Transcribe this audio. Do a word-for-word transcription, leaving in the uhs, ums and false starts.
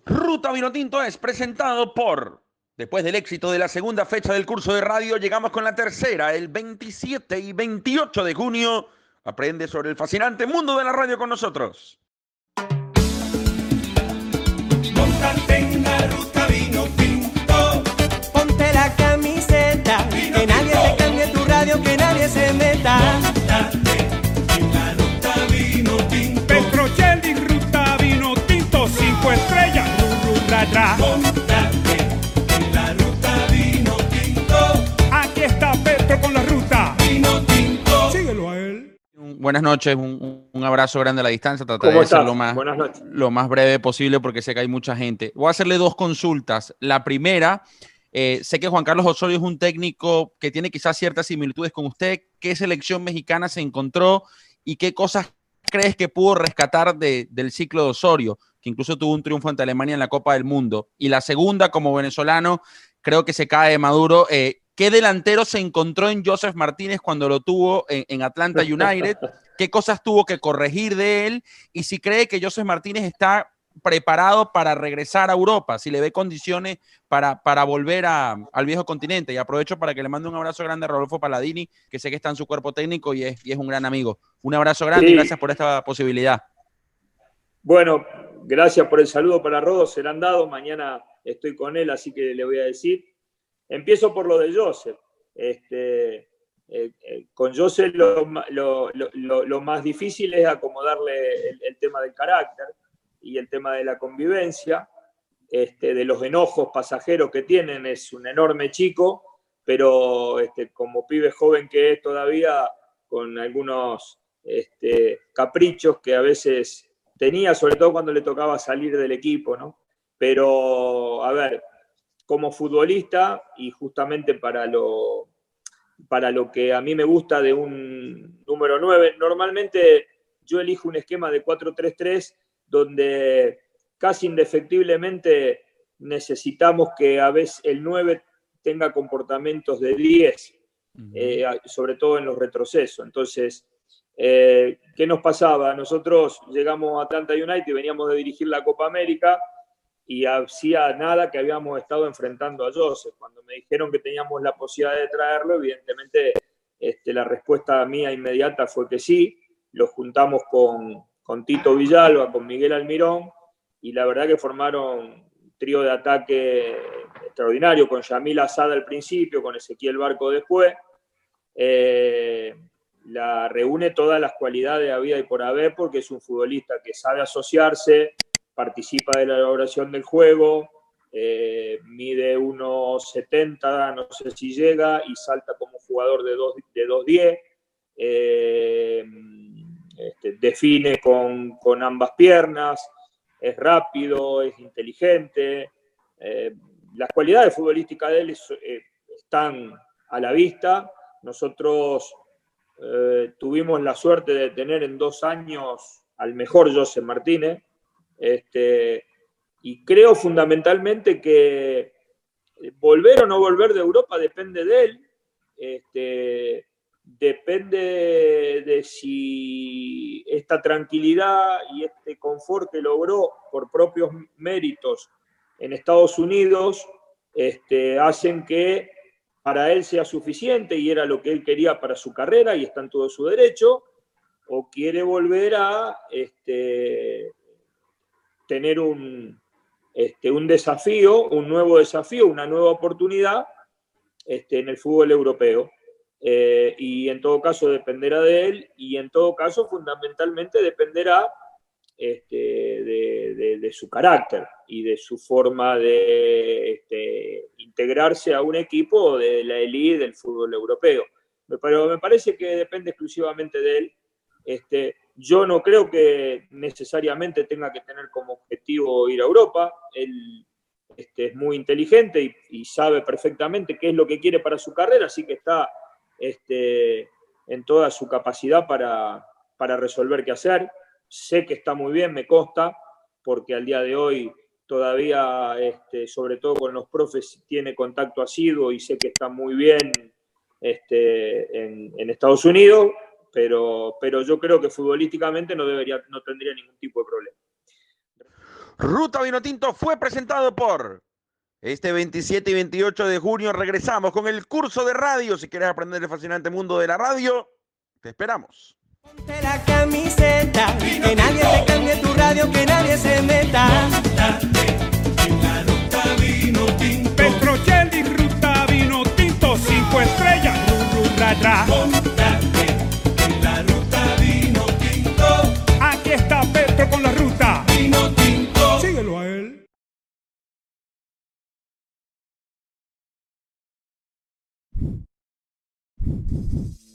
Ruta Vinotinto es presentado por... Después del éxito de la segunda fecha del curso de radio, llegamos con la tercera, el veintisiete y veintiocho de junio. Aprende sobre el fascinante mundo de la radio con nosotros. Móntate en la ruta Vinotinto. Ponte la camiseta, Vino que nadie tinto. te cambie tu radio, que nadie se meta. Móntate en la ruta Vinotinto. Petrocelli, ruta Vinotinto. Cinco estrellas, ru, ru, ra, ra. Móntate en la ruta Vinotinto. Aquí está Petro con la ruta Vinotinto. Síguelo a él. Buenas noches, un, un abrazo grande a la distancia. Trataré ¿Cómo de ser estás? lo más, Buenas noches. lo más breve posible porque sé que hay mucha gente. Voy a hacerle dos consultas. La primera, eh, sé que Juan Carlos Osorio es un técnico que tiene quizás ciertas similitudes con usted. ¿Qué selección mexicana se encontró y qué cosas crees que pudo rescatar de, del ciclo de Osorio, que incluso tuvo un triunfo ante Alemania en la Copa del Mundo? Y la segunda, como venezolano, creo que se cae Maduro. Eh, ¿Qué delantero se encontró en Joseph Martínez cuando lo tuvo en, en Atlanta United? ¿Qué cosas tuvo que corregir de él? Y si cree que Joseph Martínez está preparado para regresar a Europa, si le ve condiciones para, para volver a, al viejo continente. Y aprovecho para que le mande un abrazo grande a Rodolfo Palladini, que sé que está en su cuerpo técnico y es, y es un gran amigo. Un abrazo grande Sí. y gracias por esta posibilidad. Bueno, gracias por el saludo para Rodo, se lo han dado, mañana estoy con él, así que le voy a decir. Empiezo por lo de Joseph. Este, eh, eh, con Joseph lo, lo, lo, lo más difícil es acomodarle el, el tema del carácter y el tema de la convivencia, este, de los enojos pasajeros que tienen. Es un enorme chico, pero este, como pibe joven que es todavía, con algunos este, caprichos que a veces tenía, sobre todo cuando le tocaba salir del equipo, ¿no? Pero, a ver, como futbolista, y justamente para lo, para lo que a mí me gusta de un número nueve, normalmente yo elijo un esquema de cuatro tres tres donde casi indefectiblemente necesitamos que a veces el nueve tenga comportamientos de diez, uh-huh. eh, sobre todo en los retrocesos. Entonces, eh, ¿qué nos pasaba? Nosotros llegamos a Atlanta United y veníamos de dirigir la Copa América y hacía nada que habíamos estado enfrentando a Joseph. Cuando me dijeron que teníamos la posibilidad de traerlo, evidentemente este, la respuesta mía inmediata fue que sí. Lo juntamos con, con Tito Villalba, con Miguel Almirón, y la verdad que formaron un trío de ataque extraordinario, con Yamil Asad al principio, con Ezequiel Barco después. Eh, la reúne todas las cualidades habida y por haber, porque es un futbolista que sabe asociarse, participa de la elaboración del juego, eh, mide uno setenta, no sé si llega, y salta como jugador de dos diez. Eh, este, define con, con ambas piernas, es rápido, es inteligente. Eh, las cualidades futbolísticas de él es, eh, están a la vista. Nosotros eh, tuvimos la suerte de tener en dos años al mejor Joseph Martínez. Este, y creo fundamentalmente que volver o no volver de Europa depende de él, este, depende de si esta tranquilidad y este confort que logró por propios méritos en Estados Unidos este, hacen que para él sea suficiente y era lo que él quería para su carrera y está en todo su derecho, o quiere volver a este, tener un, este, un desafío, un nuevo desafío, una nueva oportunidad este, en el fútbol europeo. Eh, y en todo caso dependerá de él, y en todo caso fundamentalmente dependerá este, de, de, de su carácter y de su forma de este, integrarse a un equipo de la élite del fútbol europeo. Pero me parece que depende exclusivamente de él. Este, yo no creo que necesariamente tenga que tener como objetivo ir a Europa. Él este, es muy inteligente y, y sabe perfectamente qué es lo que quiere para su carrera, así que está este, en toda su capacidad para, para resolver qué hacer. Sé que está muy bien, me consta, porque al día de hoy todavía, este, sobre todo con los profes, tiene contacto asiduo y sé que está muy bien este, en, en Estados Unidos. Pero, pero yo creo que futbolísticamente no, debería, no tendría ningún tipo de problema. Ruta Vinotinto fue presentado por... Este veintisiete y veintiocho de junio regresamos con el curso de radio. Si quieres aprender el fascinante mundo de la radio, te esperamos. Ponte la camiseta, que nadie te cambie tu radio, que nadie se meta. En la ruta vino tinto. Petrochel y ruta vino tinto. Cinco estrellas. Ru, ru, ra, ra. Móntate en la ruta vino tinto. Aquí está Petro con la ruta vino tinto. Síguelo a él. Thank you.